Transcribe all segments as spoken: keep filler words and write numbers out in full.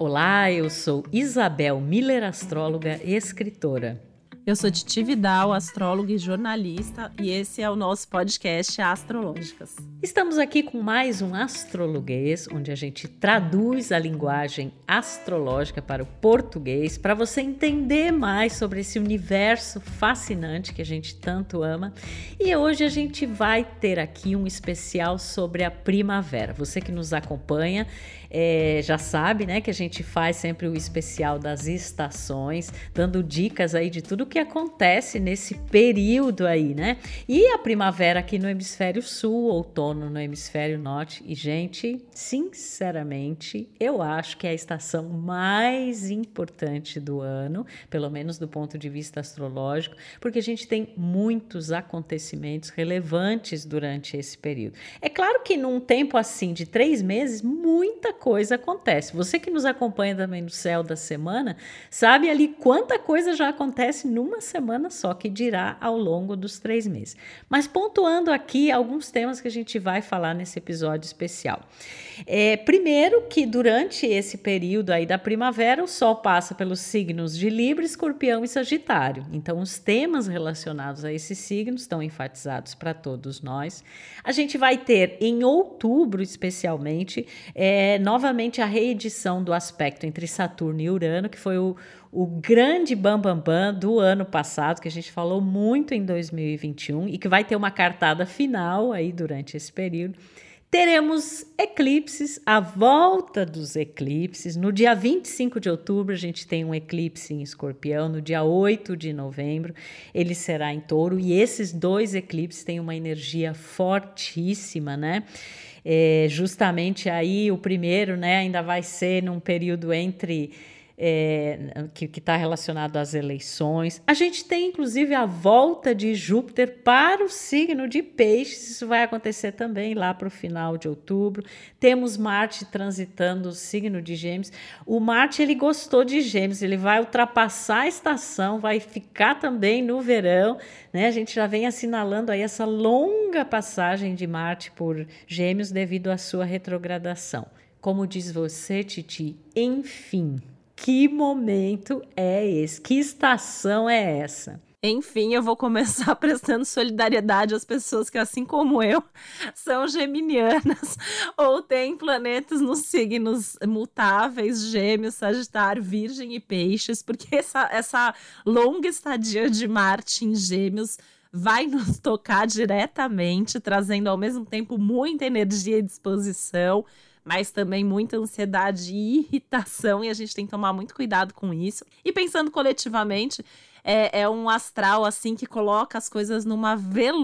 Olá, eu sou Isabel Miller, astróloga e escritora. Eu sou Titi Vidal, astróloga e jornalista, e esse é o nosso podcast Astrológicas. Estamos aqui com mais um astrologuês, onde a gente traduz a linguagem astrológica para o português, para você entender mais sobre esse universo fascinante que a gente tanto ama. E hoje a gente vai ter aqui um especial sobre a primavera. Você que nos acompanha é, já sabe, né, que a gente faz sempre o especial das estações, dando dicas aí de tudo o que acontece nesse período aí, né? E a primavera aqui no hemisfério sul, outono no hemisfério norte. E, gente, sinceramente, eu acho que é a estação mais importante do ano, pelo menos do ponto de vista astrológico, porque a gente tem muitos acontecimentos relevantes durante esse período. É claro que num tempo assim de três meses, muita coisa acontece. Você que nos acompanha também no Céu da Semana, sabe ali quanta coisa já acontece numa semana só, que dirá ao longo dos três meses. Mas pontuando aqui alguns temas que a gente vai falar nesse episódio especial. É, primeiro que durante esse período aí da primavera, o Sol passa pelos signos de Libra, Escorpião e Sagitário. Então, os temas relacionados a esses signos estão enfatizados para todos nós. A gente vai ter em outubro, especialmente, é, novamente a reedição do aspecto entre Saturno e Urano, que foi o O grande bambambam bam, bam do ano passado, que a gente falou muito em dois mil e vinte e um e que vai ter uma cartada final aí durante esse período. Teremos eclipses, a volta dos eclipses. No dia vinte e cinco de outubro, a gente tem um eclipse em Escorpião. No dia oito de novembro, ele será em Touro. E esses dois eclipses têm uma energia fortíssima, né? É, justamente aí, o primeiro, né, ainda vai ser num período entre... É, que está relacionado às eleições. A gente tem, inclusive, a volta de Júpiter para o signo de Peixes. Isso vai acontecer também lá para o final de outubro. Temos Marte transitando o signo de Gêmeos. O Marte, ele gostou de Gêmeos, ele vai ultrapassar a estação, vai ficar também no verão, né? A gente já vem assinalando aí essa longa passagem de Marte por Gêmeos devido à sua retrogradação. Como diz você, Titi, enfim... Que momento é esse? Que estação é essa? Enfim, eu vou começar prestando solidariedade às pessoas que, assim como eu, são geminianas ou têm planetas nos signos mutáveis, Gêmeos, Sagitário, Virgem e Peixes, porque essa, essa longa estadia de Marte em Gêmeos vai nos tocar diretamente, trazendo ao mesmo tempo muita energia e disposição, mas também muita ansiedade e irritação, e a gente tem que tomar muito cuidado com isso. E pensando coletivamente, é, é um astral assim que coloca as coisas numa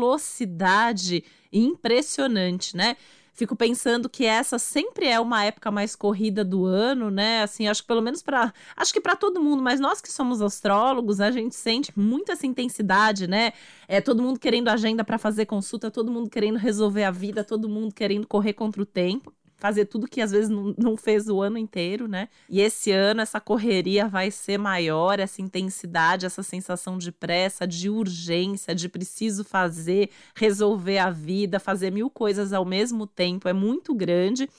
velocidade impressionante, né? Fico pensando que essa sempre é uma época mais corrida do ano, né? Assim, acho que pelo menos para, acho que para todo mundo, mas nós que somos astrólogos, a gente sente muito essa intensidade, né? É todo mundo querendo agenda para fazer consulta, todo mundo querendo resolver a vida, todo mundo querendo correr contra o tempo, fazer tudo que às vezes não, não fez o ano inteiro, né? E esse ano essa correria vai ser maior, essa intensidade, essa sensação de pressa, de urgência, de preciso fazer, resolver a vida, fazer mil coisas ao mesmo tempo, é muito grande.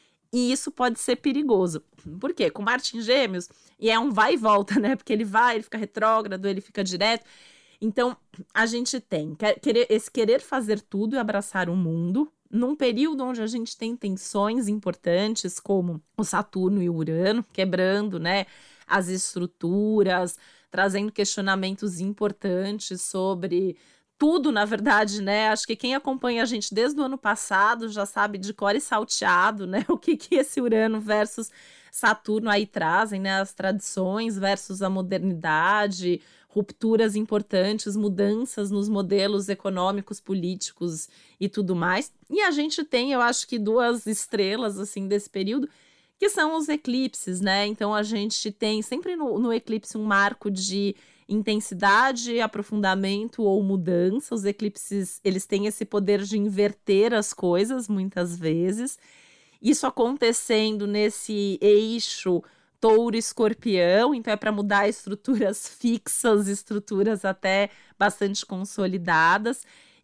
E isso pode ser perigoso. Por quê? Com Marte em Gêmeos, e é um vai e volta, né? Porque ele vai, ele fica retrógrado, ele fica direto. Então, a gente tem querer, esse querer fazer tudo e abraçar o mundo, num período onde a gente tem tensões importantes, como o Saturno e o Urano, quebrando, né, as estruturas, trazendo questionamentos importantes sobre tudo, na verdade, né? Acho que quem acompanha a gente desde o ano passado já sabe de cor e salteado, né, o que, que esse Urano versus Saturno aí trazem, né? As tradições versus a modernidade, rupturas importantes, mudanças nos modelos econômicos, políticos e tudo mais. E a gente tem, eu acho que duas estrelas, assim, desse período, que são os eclipses, né? Então, a gente tem sempre no, no eclipse um marco de intensidade, aprofundamento ou mudança. Os eclipses, eles têm esse poder de inverter as coisas, muitas vezes. Isso acontecendo nesse eixo Touro-Escorpião, então é para mudar estruturas fixas, estruturas até bastante consolidadas.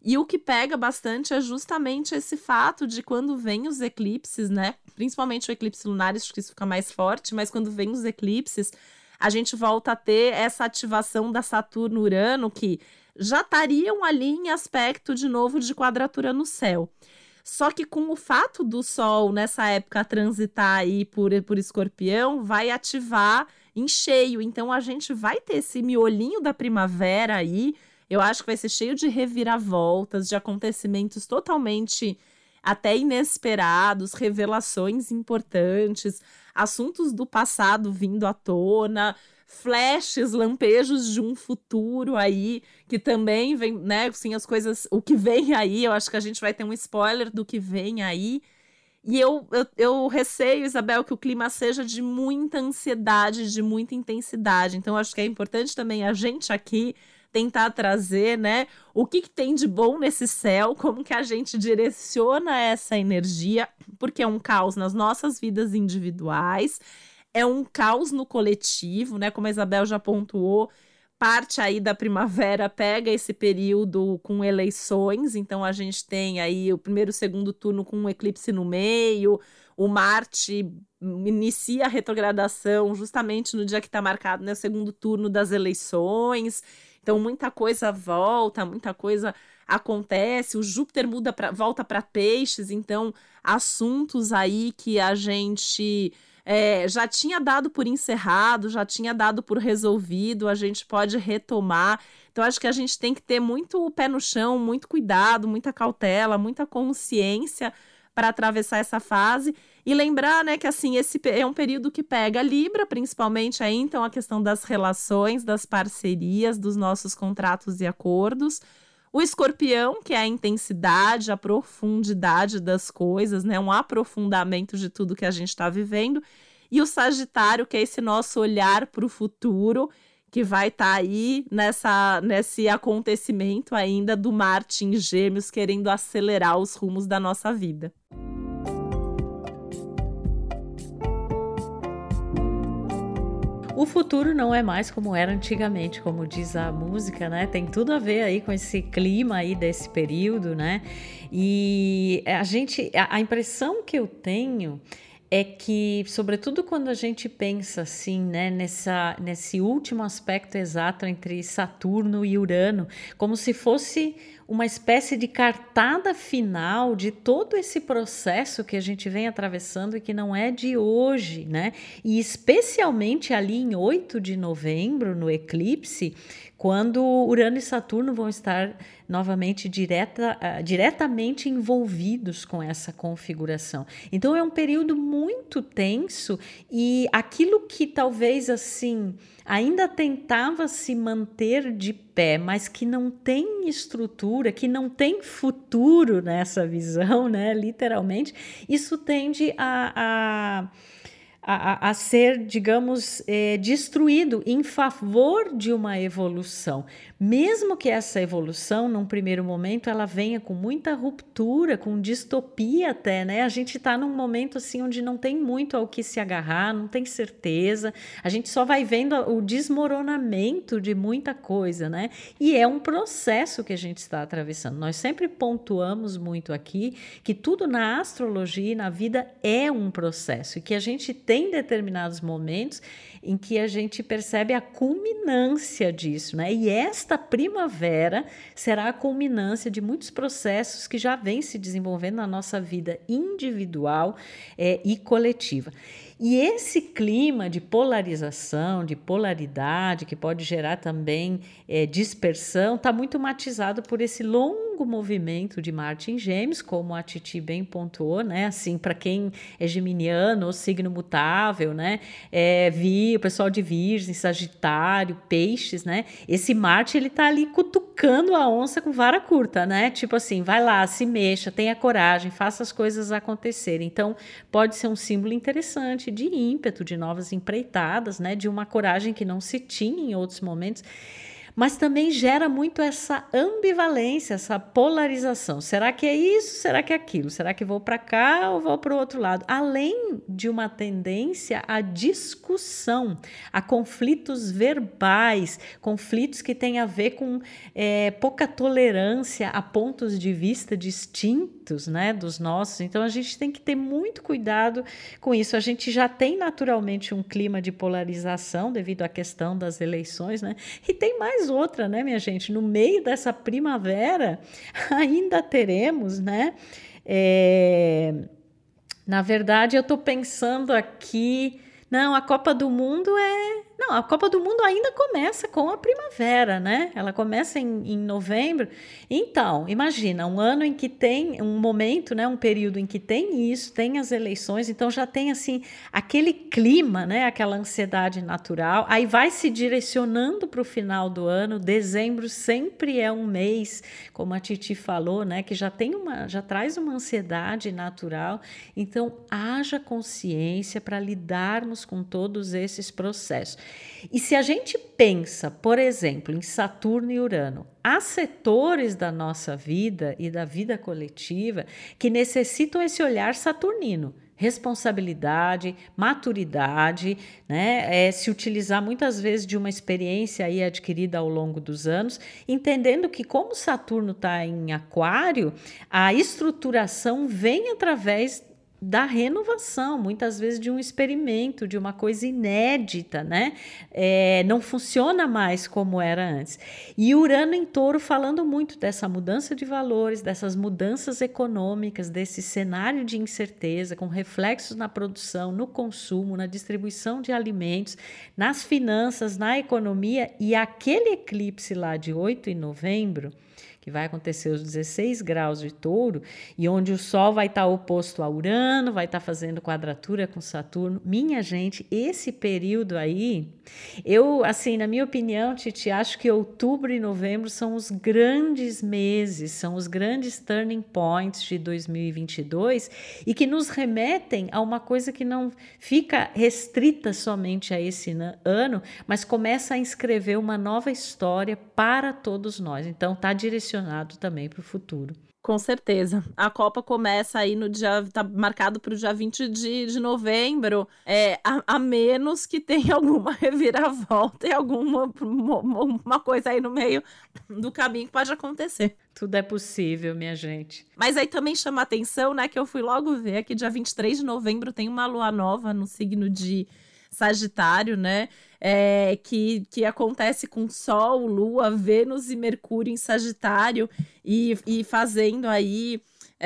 E o que pega bastante é justamente esse fato de quando vem os eclipses, né? Principalmente o eclipse lunar, acho que isso fica mais forte, mas quando vem os eclipses, a gente volta a ter essa ativação da Saturno-Urano, que já estariam ali em aspecto de novo de quadratura no céu. Só que com o fato do Sol, nessa época, transitar aí por, por Escorpião, vai ativar em cheio. Então, a gente vai ter esse miolinho da primavera aí. Eu acho que vai ser cheio de reviravoltas, de acontecimentos totalmente até inesperados, revelações importantes, assuntos do passado vindo à tona, flashes, lampejos de um futuro aí, que também vem, né, assim, as coisas, o que vem aí, eu acho que a gente vai ter um spoiler do que vem aí. E eu, eu, eu receio, Isabel, que o clima seja de muita ansiedade, de muita intensidade. Então, acho que é importante também a gente aqui tentar trazer, né, o que, que tem de bom nesse céu, como que a gente direciona essa energia, porque é um caos nas nossas vidas individuais, é um caos no coletivo, né, como a Isabel já pontuou, parte aí da primavera pega esse período com eleições, então a gente tem aí o primeiro e o segundo turno com um eclipse no meio, o Marte inicia a retrogradação justamente no dia que está marcado, né, o segundo turno das eleições, então muita coisa volta, muita coisa acontece, o Júpiter muda pra, volta para peixes, então assuntos aí que a gente é, já tinha dado por encerrado, já tinha dado por resolvido, a gente pode retomar. Então acho que a gente tem que ter muito pé no chão, muito cuidado, muita cautela, muita consciência para atravessar essa fase e lembrar, né, que assim, esse é um período que pega Libra, principalmente aí, então a questão das relações, das parcerias, dos nossos contratos e acordos. O Escorpião, que é a intensidade, a profundidade das coisas, né, um aprofundamento de tudo que a gente está vivendo. E o Sagitário, que é esse nosso olhar para o futuro, que vai estar tá aí nessa, nesse acontecimento ainda do Marte em Gêmeos, querendo acelerar os rumos da nossa vida. O futuro não é mais como era antigamente, como diz a música, né? Tem tudo a ver aí com esse clima aí desse período, né? E a gente, a impressão que eu tenho é que, sobretudo quando a gente pensa assim, né, nessa, nesse último aspecto exato entre Saturno e Urano, como se fosse uma espécie de cartada final de todo esse processo que a gente vem atravessando e que não é de hoje, né? E especialmente ali em oito de novembro, no eclipse, quando Urano e Saturno vão estar novamente direta, uh, diretamente envolvidos com essa configuração. Então é um período muito tenso e aquilo que talvez assim ainda tentava se manter de pé, mas que não tem estrutura, que não tem futuro nessa visão, né? Literalmente, isso tende a... a A, a ser, digamos, é, destruído em favor de uma evolução. Mesmo que essa evolução, num primeiro momento, ela venha com muita ruptura, com distopia até, né? A gente está num momento assim onde não tem muito ao que se agarrar, não tem certeza, a gente só vai vendo o desmoronamento de muita coisa, né? E é um processo que a gente está atravessando. Nós sempre pontuamos muito aqui que tudo na astrologia e na vida é um processo e que a gente tem Tem determinados momentos em que a gente percebe a culminância disso, né? E esta primavera será a culminância de muitos processos que já vêm se desenvolvendo na nossa vida individual é, e coletiva. E esse clima de polarização, de polaridade, que pode gerar também é, dispersão, está muito matizado por esse longo movimento de Marte em Gêmeos, como a Titi bem pontuou, né? Assim, para quem é geminiano ou signo mutável, né? É, vi, o pessoal de Virgem, Sagitário, Peixes, né? Esse Marte, ele tá ali cutucando a onça com vara curta, né? Tipo assim, vai lá, se mexa, tenha coragem, faça as coisas acontecerem. Então, pode ser um símbolo interessante de ímpeto, de novas empreitadas, né? De uma coragem que não se tinha em outros momentos. Mas também gera muito essa ambivalência, essa polarização. Será que é isso? Será que é aquilo? Será que vou para cá ou vou para o outro lado? Além de uma tendência à discussão, a conflitos verbais, conflitos que têm a ver com é, pouca tolerância a pontos de vista distintos, né, dos nossos. Então a gente tem que ter muito cuidado com isso. A gente já tem naturalmente um clima de polarização devido à questão das eleições, né? E tem mais outra, né, minha gente? No meio dessa primavera ainda teremos, né? É... Na verdade, eu estou pensando aqui, não, a Copa do Mundo é... Não, a Copa do Mundo ainda começa com a primavera, né? Ela começa em, em novembro. Então, imagina, um ano em que tem um momento, né? Um período em que tem isso, tem as eleições, então já tem, assim, aquele clima, né? Aquela ansiedade natural. Aí vai se direcionando para o final do ano. Dezembro sempre é um mês, como a Titi falou, né? Que já tem uma, já traz uma ansiedade natural. Então, haja consciência para lidarmos com todos esses processos. E se a gente pensa, por exemplo, em Saturno e Urano, há setores da nossa vida e da vida coletiva que necessitam esse olhar saturnino. Responsabilidade, maturidade, né? É, se utilizar muitas vezes de uma experiência aí adquirida ao longo dos anos, entendendo que como Saturno está em Aquário, a estruturação vem através da renovação, muitas vezes de um experimento, de uma coisa inédita, né? É, não funciona mais como era antes. E Urano em Touro falando muito dessa mudança de valores, dessas mudanças econômicas, desse cenário de incerteza, com reflexos na produção, no consumo, na distribuição de alimentos, nas finanças, na economia, e aquele eclipse lá de oito de novembro, que vai acontecer aos dezesseis graus de Touro, e onde o Sol vai estar oposto a Urano, vai estar fazendo quadratura com Saturno. Minha gente, esse período aí, eu, assim, na minha opinião, Titi, acho que outubro e novembro são os grandes meses, são os grandes turning points de dois mil e vinte e dois, e que nos remetem a uma coisa que não fica restrita somente a esse ano, mas começa a escrever uma nova história para todos nós. Então, está direcionado também para o futuro. Com certeza. A Copa começa aí no dia, tá marcado para o dia vinte de novembro, é, a, a menos que tenha alguma reviravolta e alguma uma coisa aí no meio do caminho que pode acontecer. Tudo é possível, minha gente. Mas aí também chama atenção, né, que eu fui logo ver que dia vinte e três de novembro tem uma lua nova no signo de Sagitário, né? É, que, que acontece com Sol, Lua, Vênus e Mercúrio em Sagitário e, e fazendo aí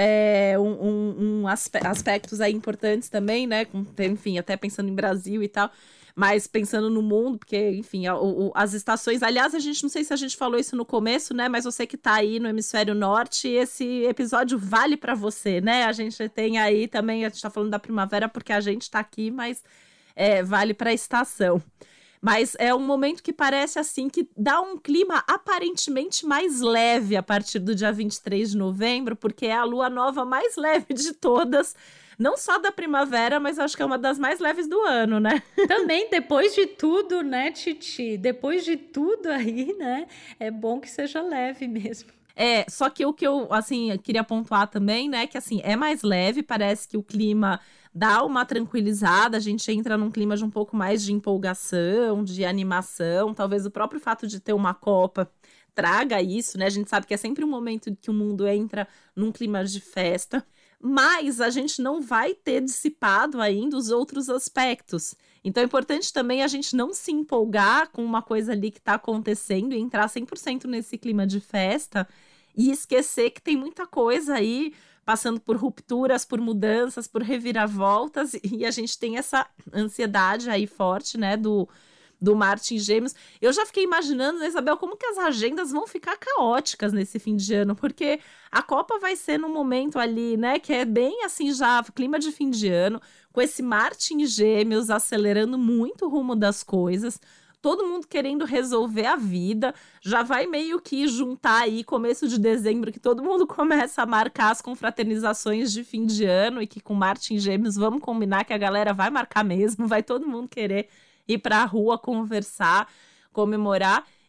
é, um, um, um aspe- aspectos aí importantes também, né? Com, enfim, até pensando em Brasil e tal, mas pensando no mundo, porque, enfim, a, o, as estações... Aliás, a gente não sei se a gente falou isso no começo, né? Mas você que tá aí no Hemisfério Norte, esse episódio vale para você, né? A gente tem aí também, a gente tá falando da primavera porque a gente tá aqui, mas é, vale para a estação. Mas é um momento que parece assim que dá um clima aparentemente mais leve a partir do dia vinte e três de novembro, porque é a lua nova mais leve de todas, não só da primavera, mas acho que é uma das mais leves do ano, né? Também, depois de tudo, né, Titi? Depois de tudo aí, né? É bom que seja leve mesmo. É, só que o que eu, assim, queria pontuar também, né, que assim, é mais leve, parece que o clima dá uma tranquilizada, a gente entra num clima de um pouco mais de empolgação, de animação, talvez o próprio fato de ter uma Copa traga isso, né, a gente sabe que é sempre um momento que o mundo entra num clima de festa, mas a gente não vai ter dissipado ainda os outros aspectos. Então é importante também a gente não se empolgar com uma coisa ali que está acontecendo e entrar cem por cento nesse clima de festa e esquecer que tem muita coisa aí passando por rupturas, por mudanças, por reviravoltas, e a gente tem essa ansiedade aí forte, né, do, do Marte em Gêmeos. Eu já fiquei imaginando, né, Isabel, como que as agendas vão ficar caóticas nesse fim de ano, porque a Copa vai ser num momento ali, né, que é bem assim já, clima de fim de ano, com esse Marte em Gêmeos acelerando muito o rumo das coisas, todo mundo querendo resolver a vida, já vai meio que juntar aí começo de dezembro, que todo mundo começa a marcar as confraternizações de fim de ano, e que com Marte em Gêmeos, vamos combinar que a galera vai marcar mesmo, vai todo mundo querer ir para a rua conversar, comemorar.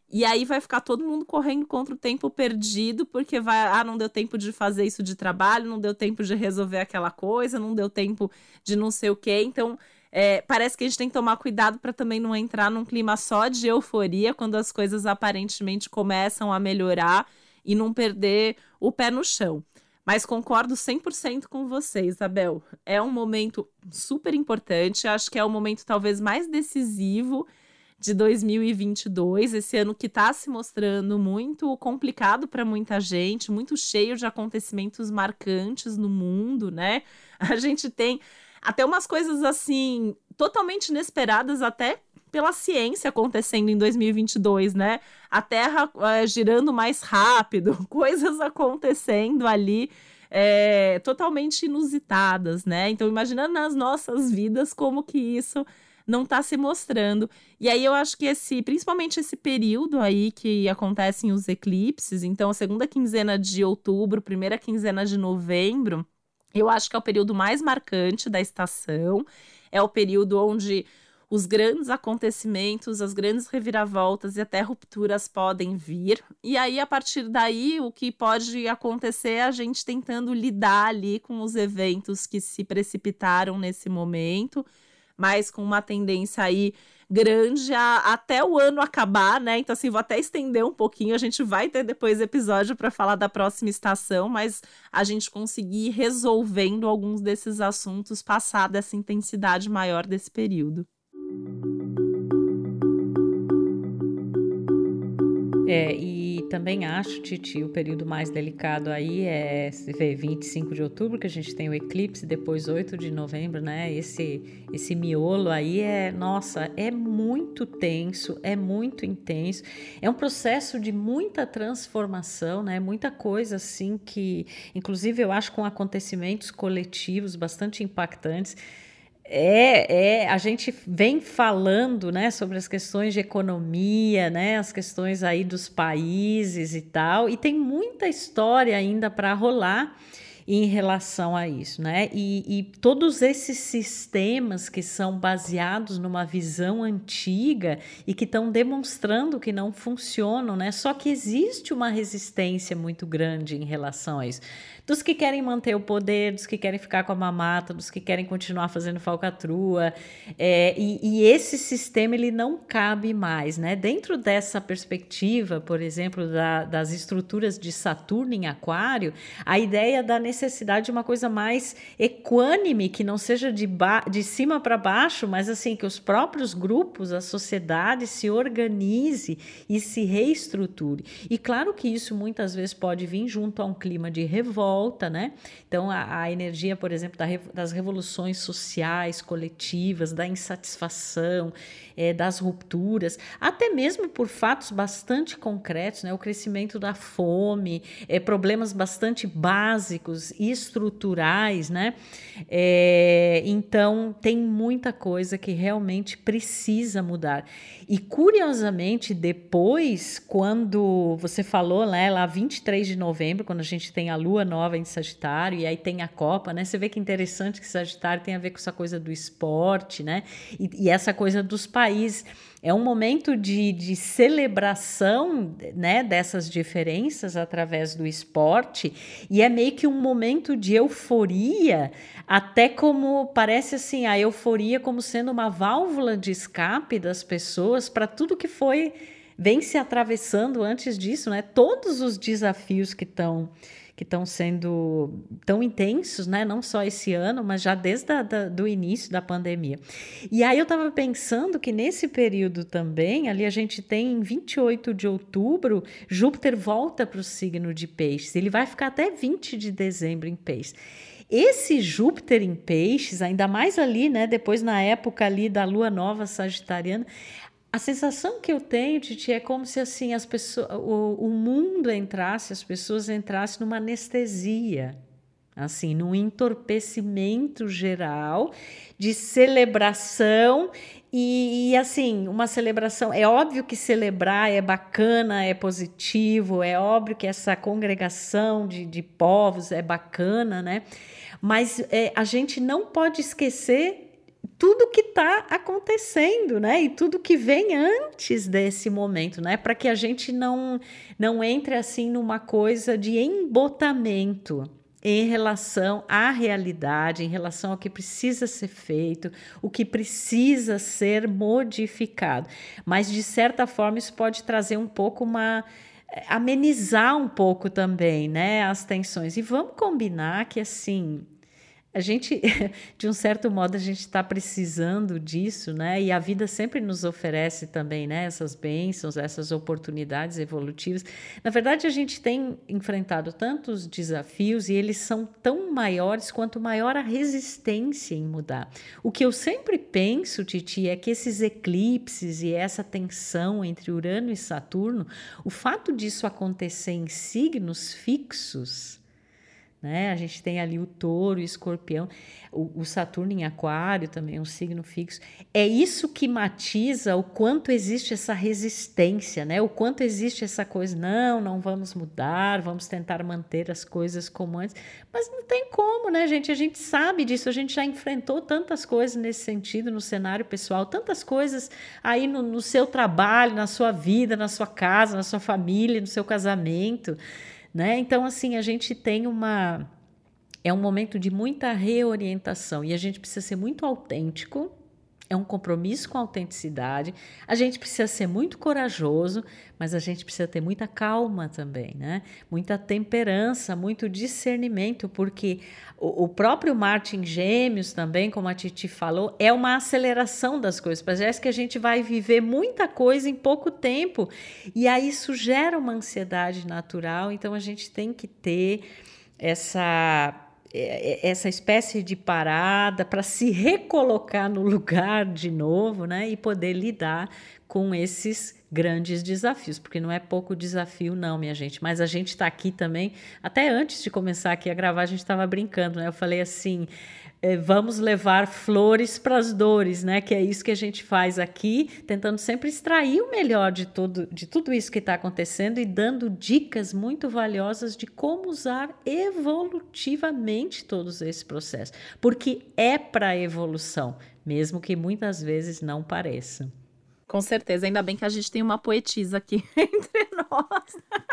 E aí vai ficar todo mundo correndo contra o tempo perdido, porque vai, ah, não deu tempo de fazer isso de trabalho, não deu tempo de resolver aquela coisa, não deu tempo de não sei o quê. Então, é, parece que a gente tem que tomar cuidado para também não entrar num clima só de euforia quando as coisas aparentemente começam a melhorar e não perder o pé no chão. Mas concordo cem por cento com você, Isabel. É um momento super importante, acho que é o momento talvez mais decisivo de dois mil e vinte e dois, esse ano que está se mostrando muito complicado para muita gente, muito cheio de acontecimentos marcantes no mundo, né? A gente tem até umas coisas assim, totalmente inesperadas até pela ciência acontecendo em dois mil e vinte e dois, né? A Terra é, girando mais rápido, coisas acontecendo ali é, totalmente inusitadas, né? Então, imagina nas nossas vidas como que isso não está se mostrando. E aí eu acho que esse, principalmente esse período aí que acontecem os eclipses, então a segunda quinzena de outubro, primeira quinzena de novembro, eu acho que é o período mais marcante da estação, é o período onde os grandes acontecimentos, as grandes reviravoltas e até rupturas podem vir. E aí, a partir daí, o que pode acontecer é a gente tentando lidar ali com os eventos que se precipitaram nesse momento, mas com uma tendência aí grande a, até o ano acabar, né? Então, assim, vou até estender um pouquinho. A gente vai ter depois episódio para falar da próxima estação, mas a gente conseguir ir resolvendo alguns desses assuntos, passar dessa intensidade maior desse período. É, e também acho, Titi, o período mais delicado aí é, se vê, vinte e cinco de outubro, que a gente tem o eclipse, depois oito de novembro, né? Esse, esse miolo aí é, nossa, é muito tenso, é muito intenso. É um processo de muita transformação, né? Muita coisa assim que, inclusive, eu acho com acontecimentos coletivos bastante impactantes. É, é, a gente vem falando, né, sobre as questões de economia, né, as questões aí dos países e tal, e tem muita história ainda para rolar em relação a isso, né? E, e todos esses sistemas que são baseados numa visão antiga e que estão demonstrando que não funcionam, né? Só que existe uma resistência muito grande em relação a isso. Dos que querem manter o poder, dos que querem ficar com a mamata, dos que querem continuar fazendo falcatrua. É, e, e esse sistema, ele não cabe mais, né? Dentro dessa perspectiva, por exemplo, da, das estruturas de Saturno em Aquário, a ideia da necessidade de uma coisa mais equânime, que não seja de, de cima para baixo, mas assim, que os próprios grupos, a sociedade se organize e se reestruture. E claro que isso muitas vezes pode vir junto a um clima de revolta, né? Então, a, a energia, por exemplo, da, das revoluções sociais, coletivas, da insatisfação, é, das rupturas, até mesmo por fatos bastante concretos, né? O crescimento da fome, é, problemas bastante básicos e estruturais, né? É, então, tem muita coisa que realmente precisa mudar. E, curiosamente, depois, quando você falou, né, lá vinte e três de novembro, quando a gente tem a lua nova em Sagitário, e aí tem a Copa, né? Você vê que interessante que Sagitário tem a ver com essa coisa do esporte, né? E, e essa coisa dos países. É um momento de, de celebração, né, dessas diferenças através do esporte, e é meio que um momento de euforia, até como parece assim, a euforia como sendo uma válvula de escape das pessoas para tudo que foi, vem se atravessando antes disso, né? Todos os desafios que estão que estão sendo tão intensos, né? Não só esse ano, mas já desde a, da, do início da pandemia. E aí eu estava pensando que nesse período também, ali a gente tem em vinte e oito de outubro, Júpiter volta para o signo de Peixes. Ele vai ficar até vinte de dezembro em Peixes. Esse Júpiter em Peixes, ainda mais ali, né? Depois na época ali da lua nova sagitariana, a sensação que eu tenho, Titi, é como se assim, as pessoas, o, o mundo entrasse, as pessoas entrassem numa anestesia, assim, num entorpecimento geral de celebração e, e assim, uma celebração, é óbvio que celebrar é bacana, é positivo, é óbvio que essa congregação de, de povos é bacana, né? Mas é, a gente não pode esquecer tudo que está acontecendo, né? E tudo que vem antes desse momento, né? Para que a gente não, não entre assim numa coisa de embotamento em relação à realidade, em relação ao que precisa ser feito, o que precisa ser modificado. Mas, de certa forma, isso pode trazer um pouco uma... amenizar um pouco também, né, as tensões. E vamos combinar que, assim, a gente, de um certo modo, a gente está precisando disso, né? E a vida sempre nos oferece também, né? Essas bênçãos, essas oportunidades evolutivas. Na verdade, a gente tem enfrentado tantos desafios e eles são tão maiores quanto maior a resistência em mudar. O que eu sempre penso, Titi, é que esses eclipses e essa tensão entre Urano e Saturno, o fato disso acontecer em signos fixos, né? A gente tem ali o touro e o escorpião, o, o Saturno em aquário também é um signo fixo. É isso que matiza o quanto existe essa resistência, né? O quanto existe essa coisa, não, não vamos mudar, vamos tentar manter as coisas como antes. Mas não tem como, né, gente? A gente sabe disso, a gente já enfrentou tantas coisas nesse sentido no cenário pessoal, tantas coisas aí no, no seu trabalho, na sua vida, na sua casa, na sua família, no seu casamento, né? Então, assim, a gente tem uma... é um momento de muita reorientação e a gente precisa ser muito autêntico, é um compromisso com a autenticidade, a gente precisa ser muito corajoso, mas a gente precisa ter muita calma também, né? Muita temperança, muito discernimento, porque o, o próprio Marte em Gêmeos também, como a Titi falou, é uma aceleração das coisas, parece que a gente vai viver muita coisa em pouco tempo, e aí isso gera uma ansiedade natural, então a gente tem que ter essa... essa espécie de parada para se recolocar no lugar de novo, né? E poder lidar com esses grandes desafios, porque não é pouco desafio não, minha gente, mas a gente está aqui também, até antes de começar aqui a gravar, a gente estava brincando, né? Eu falei assim, eh, vamos levar flores para as dores, né? Que é isso que a gente faz aqui, tentando sempre extrair o melhor de tudo, de tudo isso que está acontecendo e dando dicas muito valiosas de como usar evolutivamente todos esses processos, porque é para a evolução, mesmo que muitas vezes não pareça. Com certeza, ainda bem que a gente tem uma poetisa aqui entre nós.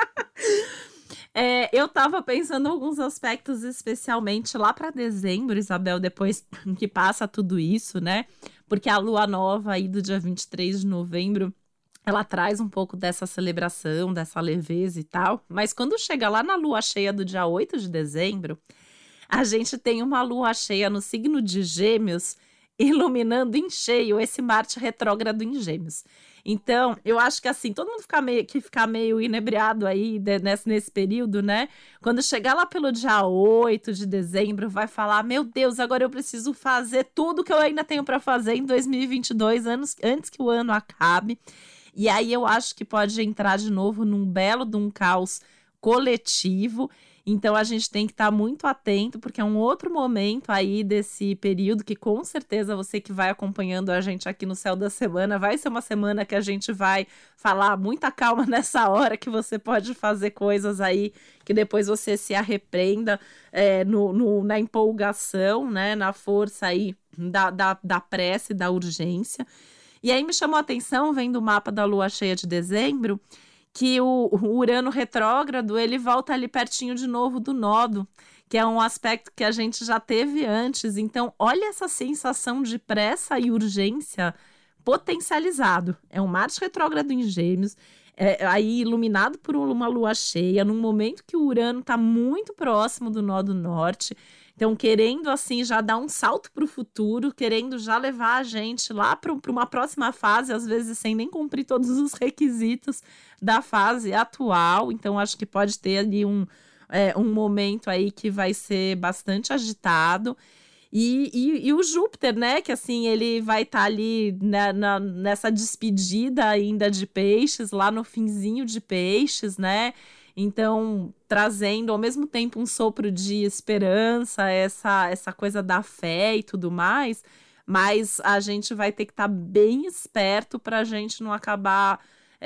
É, eu tava pensando em alguns aspectos, especialmente lá para dezembro, Isabel, depois que passa tudo isso, né? Porque a lua nova aí do dia vinte e três de novembro, ela traz um pouco dessa celebração, dessa leveza e tal. Mas quando chega lá na lua cheia do dia oito de dezembro, a gente tem uma lua cheia no signo de Gêmeos, iluminando em cheio esse Marte retrógrado em Gêmeos. Então, eu acho que assim, todo mundo fica meio, que fica meio inebriado aí de, nesse, nesse período, né? Quando chegar lá pelo dia oito de dezembro, vai falar, meu Deus, agora eu preciso fazer tudo que eu ainda tenho para fazer em dois mil e vinte e dois, anos, antes que o ano acabe. E aí eu acho que pode entrar de novo num belo de um caos coletivo. Então, a gente tem que estar muito atento, porque é um outro momento aí desse período que, com certeza, você que vai acompanhando a gente aqui no Céu da Semana, vai ser uma semana que a gente vai falar muita calma nessa hora, que você pode fazer coisas aí que depois você se arrependa é, no, no, na empolgação, né, na força aí da, da, da pressa e da urgência. E aí me chamou a atenção, vendo o mapa da lua cheia de dezembro, que o, o Urano retrógrado, ele volta ali pertinho de novo do nodo, que é um aspecto que a gente já teve antes. Então, olha essa sensação de pressa e urgência potencializado. É um Marte retrógrado em Gêmeos, é, aí iluminado por uma lua cheia, num momento que o Urano está muito próximo do nodo norte. Então, querendo, assim, já dar um salto para o futuro, querendo já levar a gente lá para uma próxima fase, às vezes sem nem cumprir todos os requisitos da fase atual. Então, acho que pode ter ali um, é, um momento aí que vai ser bastante agitado. E, e, e o Júpiter, né, que assim, ele vai estar tá ali na, na, nessa despedida ainda de Peixes, lá no finzinho de Peixes, né? Então, trazendo ao mesmo tempo um sopro de esperança, essa, essa coisa da fé e tudo mais, mas a gente vai ter que estar tá bem esperto para a gente não acabar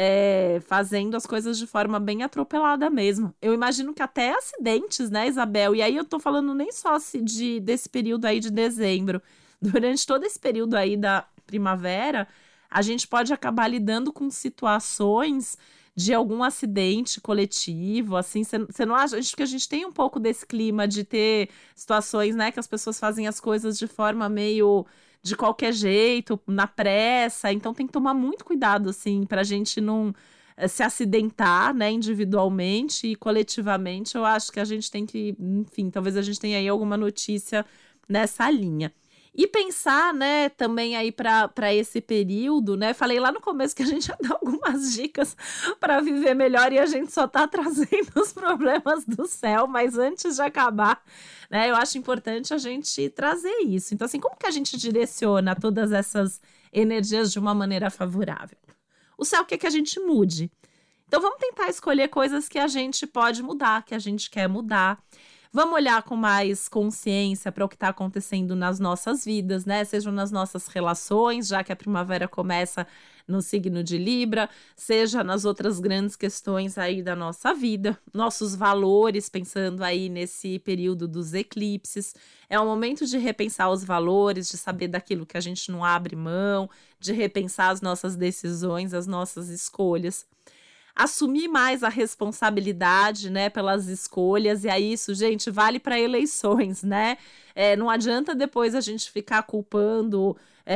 é, fazendo as coisas de forma bem atropelada mesmo. Eu imagino que até acidentes, né, Isabel? E aí eu tô falando nem só de, desse período aí de dezembro, durante todo esse período aí da primavera, a gente pode acabar lidando com situações de algum acidente coletivo, assim, você não acha? Acho que a gente tem um pouco desse clima de ter situações, né, que as pessoas fazem as coisas de forma meio de qualquer jeito, na pressa, então tem que tomar muito cuidado, assim, pra gente não eh, se acidentar, né, individualmente e coletivamente. Eu acho que a gente tem que, enfim, talvez a gente tenha aí alguma notícia nessa linha. E pensar, né, também aí para esse período, né? Falei lá no começo que a gente ia dar algumas dicas para viver melhor e a gente só tá trazendo os problemas do céu, mas antes de acabar, né, eu acho importante a gente trazer isso. Então, assim, como que a gente direciona todas essas energias de uma maneira favorável? O céu quer que a gente mude. Então, vamos tentar escolher coisas que a gente pode mudar, que a gente quer mudar. Vamos olhar com mais consciência para o que está acontecendo nas nossas vidas, né? Sejam nas nossas relações, já que a primavera começa no signo de Libra, seja nas outras grandes questões aí da nossa vida, nossos valores, pensando aí nesse período dos eclipses. É um momento de repensar os valores, de saber daquilo que a gente não abre mão, de repensar as nossas decisões, as nossas escolhas. Assumir mais a responsabilidade, né, pelas escolhas, e aí isso, gente, vale para eleições, né? É, não adianta depois a gente ficar culpando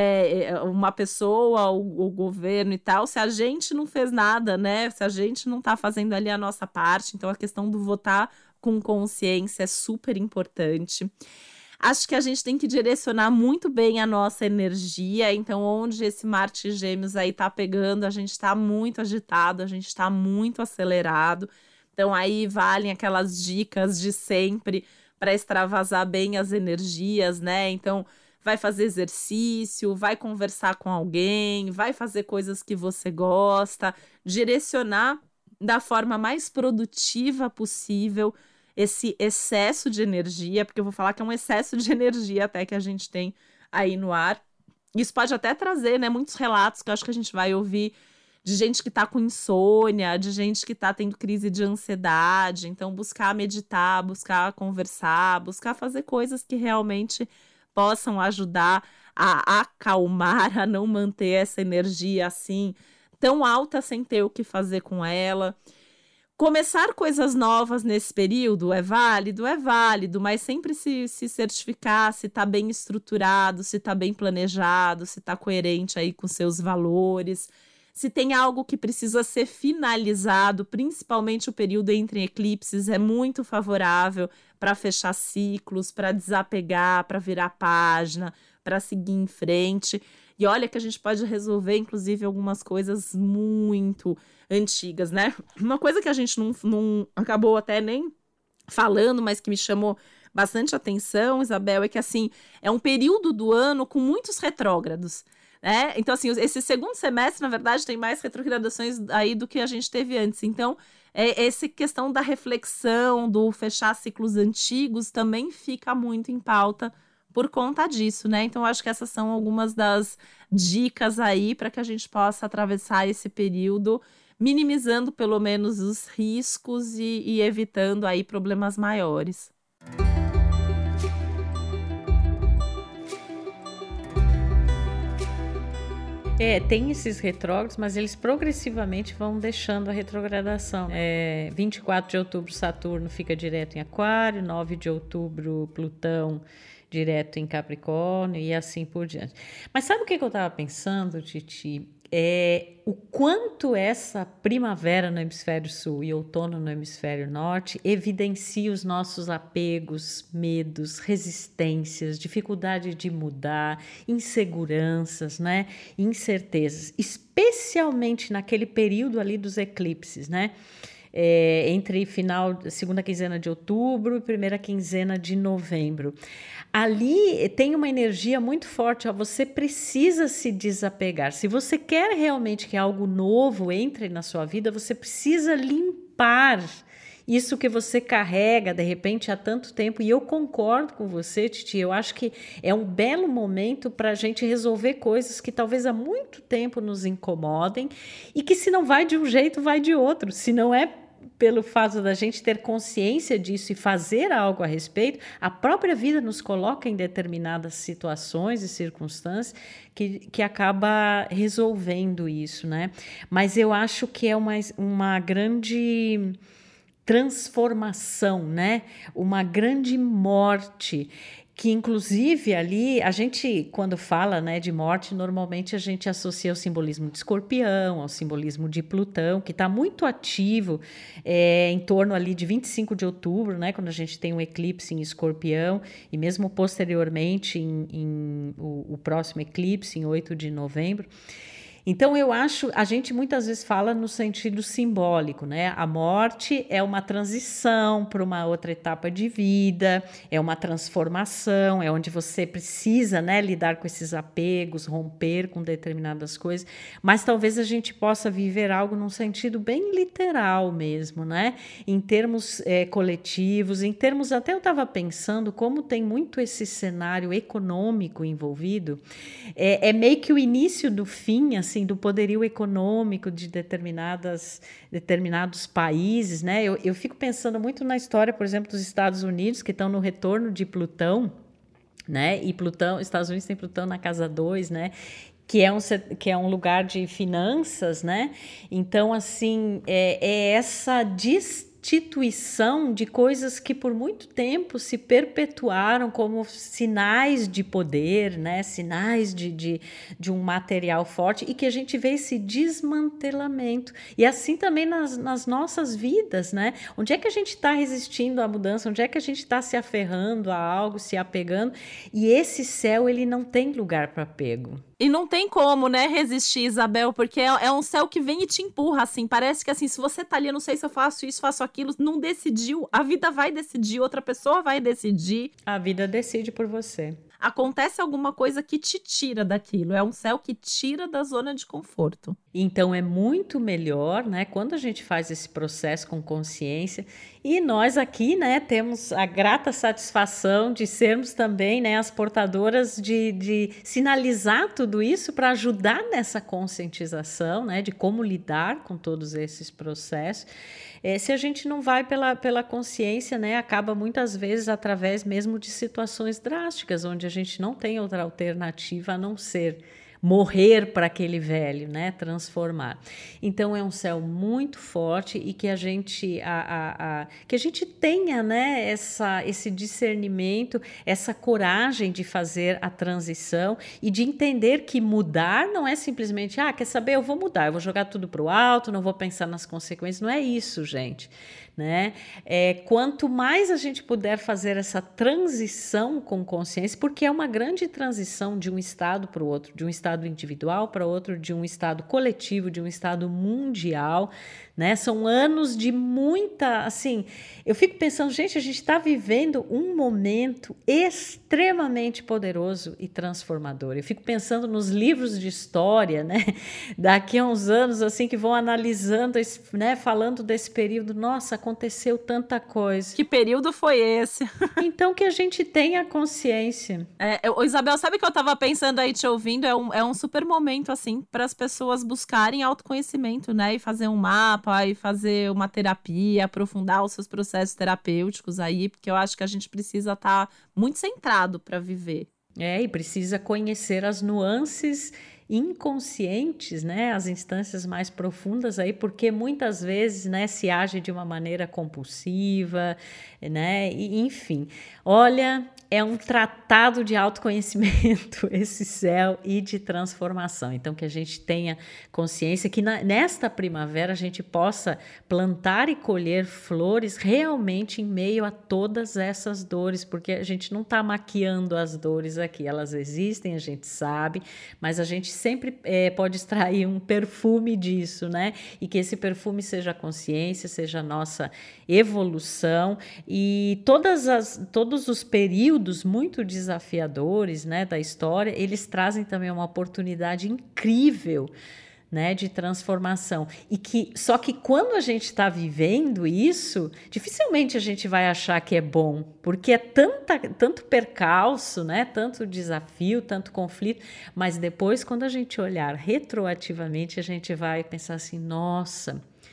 é, uma pessoa, o, o governo e tal, se a gente não fez nada, né? Se a gente não tá fazendo ali a nossa parte. Então, a questão do votar com consciência é super importante. Acho que a gente tem que direcionar muito bem a nossa energia. Então, onde esse Marte Gêmeos aí tá pegando, a gente tá muito agitado, a gente tá muito acelerado. Então, aí valem aquelas dicas de sempre para extravasar bem as energias, né? Então, vai fazer exercício, vai conversar com alguém, vai fazer coisas que você gosta, direcionar da forma mais produtiva possível esse excesso de energia, porque eu vou falar que é um excesso de energia até que a gente tem aí no ar. Isso pode até trazer, né, muitos relatos que eu acho que a gente vai ouvir de gente que tá com insônia, de gente que tá tendo crise de ansiedade. Então, buscar meditar, buscar conversar, buscar fazer coisas que realmente possam ajudar a acalmar, a não manter essa energia assim tão alta sem ter o que fazer com ela. Começar coisas novas nesse período é válido? É válido, mas sempre se, se certificar se está bem estruturado, se está bem planejado, se está coerente aí com seus valores, se tem algo que precisa ser finalizado, principalmente o período entre eclipses, é muito favorável para fechar ciclos, para desapegar, para virar página, para seguir em frente. E olha que a gente pode resolver, inclusive, algumas coisas muito antigas, né? Uma coisa que a gente não, não acabou até nem falando, mas que me chamou bastante atenção, Isabel, é que, assim, é um período do ano com muitos retrógrados, né? Então, assim, esse segundo semestre, na verdade, tem mais retrogradações aí do que a gente teve antes. Então, é, essa questão da reflexão, do fechar ciclos antigos, também fica muito em pauta por conta disso, né? Então, acho que essas são algumas das dicas aí para que a gente possa atravessar esse período, minimizando pelo menos os riscos e, e evitando aí problemas maiores. É, tem esses retrógrados, mas eles progressivamente vão deixando a retrogradação. É, vinte e quatro de outubro, Saturno fica direto em Aquário, nove de outubro, Plutão direto em Capricórnio e assim por diante. Mas sabe o que eu estava pensando, Titi? É o quanto essa primavera no hemisfério sul e outono no hemisfério norte evidencia os nossos apegos, medos, resistências, dificuldade de mudar, inseguranças, né? Incertezas, especialmente naquele período ali dos eclipses, né? É, entre final, segunda quinzena de outubro e primeira quinzena de novembro. Ali tem uma energia muito forte, ó, você precisa se desapegar. Se você quer realmente que algo novo entre na sua vida, você precisa limpar isso que você carrega, de repente, há tanto tempo. E eu concordo com você, Titi, eu acho que é um belo momento para a gente resolver coisas que talvez há muito tempo nos incomodem e que se não vai de um jeito, vai de outro. Se não é pelo fato da gente ter consciência disso e fazer algo a respeito, a própria vida nos coloca em determinadas situações e circunstâncias que, que acaba resolvendo isso, né? Mas eu acho que é uma, uma grande transformação, né? Uma grande morte, que inclusive ali, a gente, quando fala, né, de morte, normalmente a gente associa o simbolismo de Escorpião, ao simbolismo de Plutão, que está muito ativo é, em torno ali de vinte e cinco de outubro, né, quando a gente tem um eclipse em Escorpião, e mesmo posteriormente em, em o, o próximo eclipse, em oito de novembro. Então, eu acho, a gente muitas vezes fala no sentido simbólico, né? A morte é uma transição para uma outra etapa de vida, é uma transformação, é onde você precisa, né, lidar com esses apegos, romper com determinadas coisas, mas talvez a gente possa viver algo num sentido bem literal mesmo, né? Em termos é, coletivos, em termos, até eu estava pensando como tem muito esse cenário econômico envolvido, é, é meio que o início do fim, assim, do poderio econômico de determinadas, determinados países, né? Eu, eu fico pensando muito na história, por exemplo, dos Estados Unidos, que estão no retorno de Plutão, né? E Plutão, Estados Unidos tem Plutão na casa dois, né? Que é, um, que é um lugar de finanças, né? Então, assim, é, é essa distinção instituição de coisas que por muito tempo se perpetuaram como sinais de poder, né? Sinais de, de, de um material forte, e que a gente vê esse desmantelamento. E assim também nas, nas nossas vidas, né? Onde é que a gente está resistindo à mudança? Onde é que a gente está se aferrando a algo, se apegando? E esse céu, ele não tem lugar para apego. E não tem como, né, resistir, Isabel, porque é, é um céu que vem e te empurra, assim, parece que, assim, se você tá ali, eu não sei se eu faço isso, faço aquilo, não decidiu, a vida vai decidir, outra pessoa vai decidir. A vida decide por você. Acontece alguma coisa que te tira daquilo, é um céu que tira da zona de conforto. Então é muito melhor, né, quando a gente faz esse processo com consciência, e nós aqui, né, temos a grata satisfação de sermos também, né, as portadoras de, de sinalizar tudo isso para ajudar nessa conscientização, né, de como lidar com todos esses processos. É, se a gente não vai pela, pela consciência, né, acaba muitas vezes através mesmo de situações drásticas, onde a gente não tem outra alternativa a não ser morrer para aquele velho, né, transformar. Então é um céu muito forte, e que a gente a, a, a, que a gente tenha, né, essa, esse discernimento, essa coragem de fazer a transição e de entender que mudar não é simplesmente, ah, quer saber, eu vou mudar, eu vou jogar tudo para o alto, não vou pensar nas consequências. Não é isso, gente. Né? É, quanto mais a gente puder fazer essa transição com consciência, porque é uma grande transição de um estado para o outro, de um estado individual para outro, de um estado coletivo, de um estado mundial, né? São anos de muita, assim, eu fico pensando, gente, a gente está vivendo um momento extremamente poderoso e transformador. Eu fico pensando nos livros de história, né? Daqui a uns anos, assim, que vão analisando, esse, né? Falando desse período, nossa, aconteceu tanta coisa. Que período foi esse? Então, que a gente tenha consciência. É, eu, Isabel, sabe o que eu tava pensando aí te ouvindo? É um, é um super momento, assim, para as pessoas buscarem autoconhecimento, né? E fazer um mapa, e fazer uma terapia, aprofundar os seus processos terapêuticos aí, porque eu acho que a gente precisa estar muito centrado para viver. É, e precisa conhecer as nuances inconscientes, né, as instâncias mais profundas aí, porque muitas vezes, né, se age de uma maneira compulsiva, né, e, enfim, olha, é um tratado de autoconhecimento esse céu e de transformação. Então, que a gente tenha consciência que na, nesta primavera a gente possa plantar e colher flores realmente em meio a todas essas dores, porque a gente não está maquiando as dores aqui, elas existem, a gente sabe, mas a gente sempre é, pode extrair um perfume disso, né? E que esse perfume seja a consciência, seja a nossa evolução, e todas as, todos os períodos muito desafiadores, né, da história, eles trazem também uma oportunidade incrível, né, de transformação. E que só que quando a gente está vivendo isso, dificilmente a gente vai achar que é bom, porque é tanta, tanto percalço, né, tanto desafio, tanto conflito, mas depois, quando a gente olhar retroativamente, a gente vai pensar assim, nossa,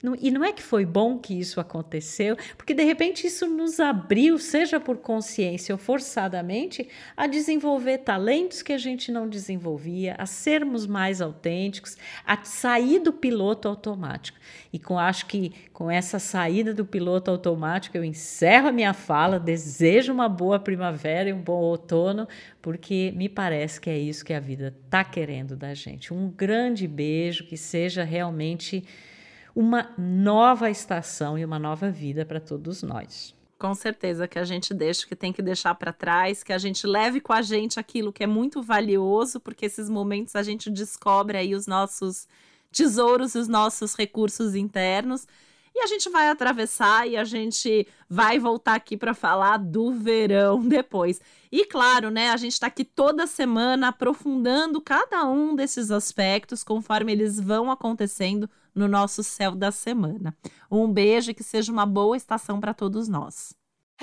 E não é que foi bom que isso aconteceu, porque de repente isso nos abriu, seja por consciência ou forçadamente, a desenvolver talentos que a gente não desenvolvia, a sermos mais autênticos, a sair do piloto automático. E com, acho que com essa saída do piloto automático eu encerro a minha fala, desejo uma boa primavera e um bom outono, porque me parece que é isso que a vida está querendo da gente. Um grande beijo, que seja realmente uma nova estação e uma nova vida para todos nós. Com certeza que a gente deixa o que tem que deixar para trás, que a gente leve com a gente aquilo que é muito valioso, porque esses momentos a gente descobre aí os nossos tesouros, os nossos recursos internos, e a gente vai atravessar e a gente vai voltar aqui para falar do verão depois. E claro, né, a gente está aqui toda semana aprofundando cada um desses aspectos conforme eles vão acontecendo no nosso céu da semana. Um beijo e que seja uma boa estação para todos nós.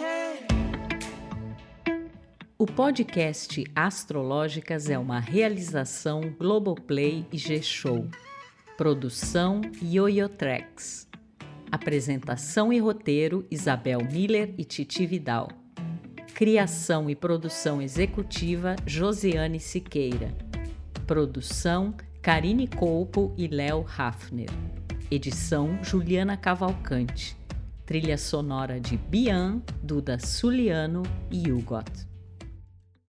O podcast Astrológicas é uma realização Globoplay e G-Show. Produção Yoyotreks. Apresentação e roteiro Isabel Miller e Titi Vidal. Criação e produção executiva Josiane Siqueira. Produção Karine Colpo e Léo Hafner. Edição Juliana Cavalcante. Trilha sonora de Bian, Duda Suliano e Hugot.